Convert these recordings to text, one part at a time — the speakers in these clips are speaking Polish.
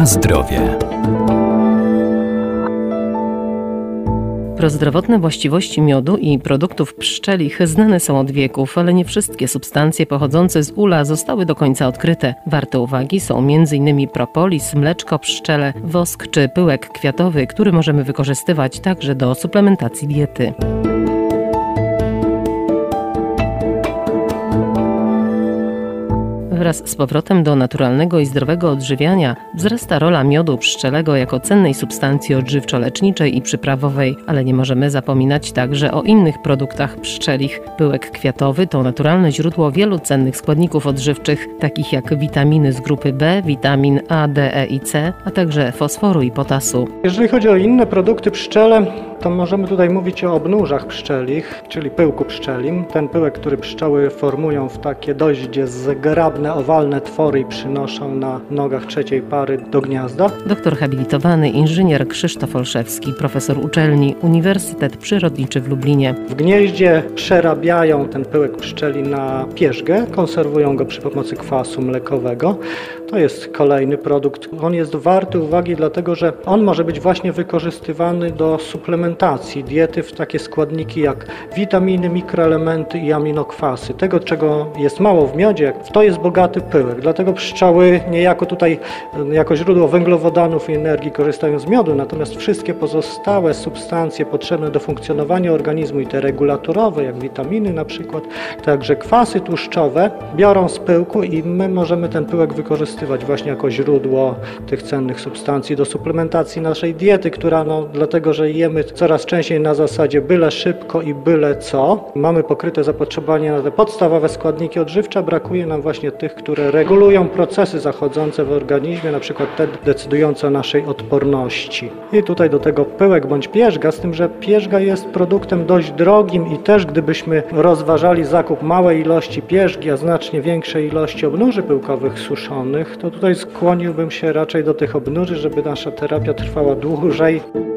Na zdrowie. Prozdrowotne właściwości miodu i produktów pszczelich znane są od wieków, ale nie wszystkie substancje pochodzące z ula zostały do końca odkryte. Warte uwagi są m.in. propolis, mleczko pszczele, wosk czy pyłek kwiatowy, który możemy wykorzystywać także do suplementacji diety. Wraz z powrotem do naturalnego i zdrowego odżywiania wzrasta rola miodu pszczelego jako cennej substancji odżywczo-leczniczej i przyprawowej, ale nie możemy zapominać także o innych produktach pszczelich. Pyłek kwiatowy to naturalne źródło wielu cennych składników odżywczych, takich jak witaminy z grupy B, witamin A, D, E i C, a także fosforu i potasu. Jeżeli chodzi o inne produkty pszczele, to możemy tutaj mówić o obnóżach pszczelich, czyli pyłku pszczelim. Ten pyłek, który pszczoły formują w takie dość zgrabne, owalne twory i przynoszą na nogach trzeciej pary do gniazda. Doktor habilitowany inżynier Krzysztof Olszewski, profesor uczelni Uniwersytet Przyrodniczy w Lublinie. W gnieździe przerabiają ten pyłek pszczeli na pierzgę, konserwują go przy pomocy kwasu mlekowego. To jest kolejny produkt. On jest warty uwagi, dlatego że on może być właśnie wykorzystywany do suplementacji diety w takie składniki jak witaminy, mikroelementy i aminokwasy. Tego, czego jest mało w miodzie, w to jest bogaty pyłek. Dlatego pszczoły niejako tutaj jako źródło węglowodanów i energii korzystają z miodu, natomiast wszystkie pozostałe substancje potrzebne do funkcjonowania organizmu i te regulatorowe, jak witaminy na przykład, także kwasy tłuszczowe, biorą z pyłku i my możemy ten pyłek wykorzystywać właśnie jako źródło tych cennych substancji do suplementacji naszej diety, która dlatego, że jemy coraz częściej na zasadzie byle szybko i byle co, mamy pokryte zapotrzebowanie na te podstawowe składniki odżywcze, brakuje nam właśnie tych, które regulują procesy zachodzące w organizmie, na przykład te decydujące o naszej odporności. I tutaj do tego pyłek bądź pierzga, z tym, że pierzga jest produktem dość drogim i też gdybyśmy rozważali zakup małej ilości pierzgi, a znacznie większej ilości obnóży pyłkowych suszonych, to tutaj skłoniłbym się raczej do tych obnóży, żeby nasza terapia trwała dłużej.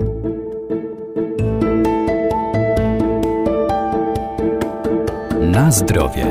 Na zdrowie.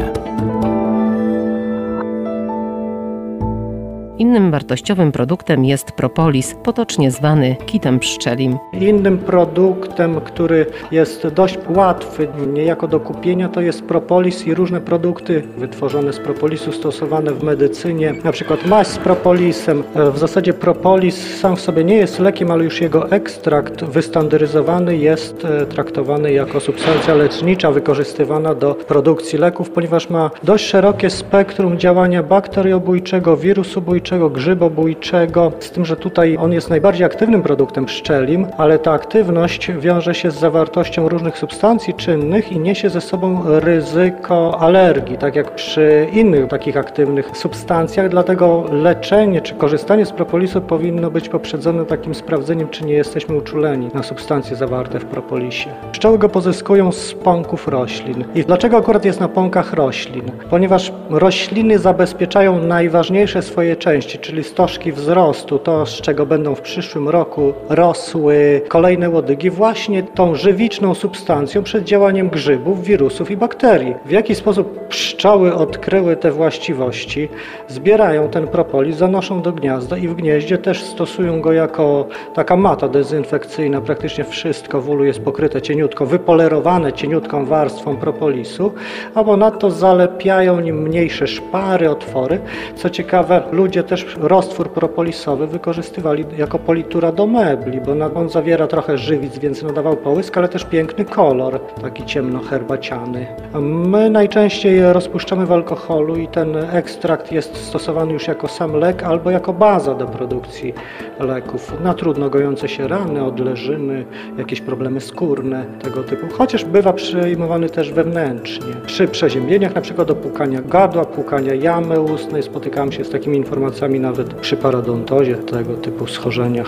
Innym wartościowym produktem jest propolis, potocznie zwany kitem pszczelim. Innym produktem, który jest dość łatwy niejako do kupienia, to jest propolis i różne produkty wytworzone z propolisu, stosowane w medycynie, na przykład maź z propolisem. W zasadzie propolis sam w sobie nie jest lekiem, ale już jego ekstrakt wystandaryzowany jest traktowany jako substancja lecznicza wykorzystywana do produkcji leków, ponieważ ma dość szerokie spektrum działania bakteriobójczego, wirusobójczego, grzybobójczego, z tym, że tutaj on jest najbardziej aktywnym produktem pszczelim, ale ta aktywność wiąże się z zawartością różnych substancji czynnych i niesie ze sobą ryzyko alergii, tak jak przy innych takich aktywnych substancjach, dlatego leczenie czy korzystanie z propolisu powinno być poprzedzone takim sprawdzeniem, czy nie jesteśmy uczuleni na substancje zawarte w propolisie. Pszczoły go pozyskują z pąków roślin. I dlaczego akurat jest na pąkach roślin? Ponieważ rośliny zabezpieczają najważniejsze swoje części, czyli stożki wzrostu, to z czego będą w przyszłym roku rosły kolejne łodygi, właśnie tą żywiczną substancją przed działaniem grzybów, wirusów i bakterii. W jaki sposób pszczoły odkryły te właściwości? Zbierają ten propolis, zanoszą do gniazda i w gnieździe też stosują go jako taka mata dezynfekcyjna. Praktycznie wszystko w ulu jest pokryte cieniutko, wypolerowane cieniutką warstwą propolisu, a ponadto zalepiają nim mniejsze szpary, otwory. Co ciekawe, ludzie też roztwór propolisowy wykorzystywali jako politura do mebli, bo on zawiera trochę żywic, więc nadawał połysk, ale też piękny kolor, taki ciemno-herbaciany. My najczęściej rozpuszczamy w alkoholu i ten ekstrakt jest stosowany już jako sam lek albo jako baza do produkcji leków na trudno gojące się rany, odleżyny, jakieś problemy skórne, tego typu. Chociaż bywa przyjmowany też wewnętrznie. Przy przeziębieniach, na przykład do płukania gardła, płukania jamy ustnej, spotykałem się z takimi informacjami nawet przy parodontozie, tego typu schorzeniach.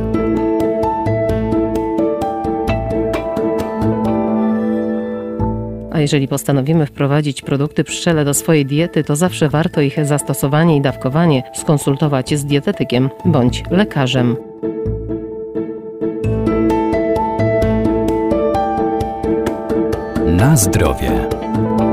A jeżeli postanowimy wprowadzić produkty pszczele do swojej diety, to zawsze warto ich zastosowanie i dawkowanie skonsultować z dietetykiem bądź lekarzem. Na zdrowie.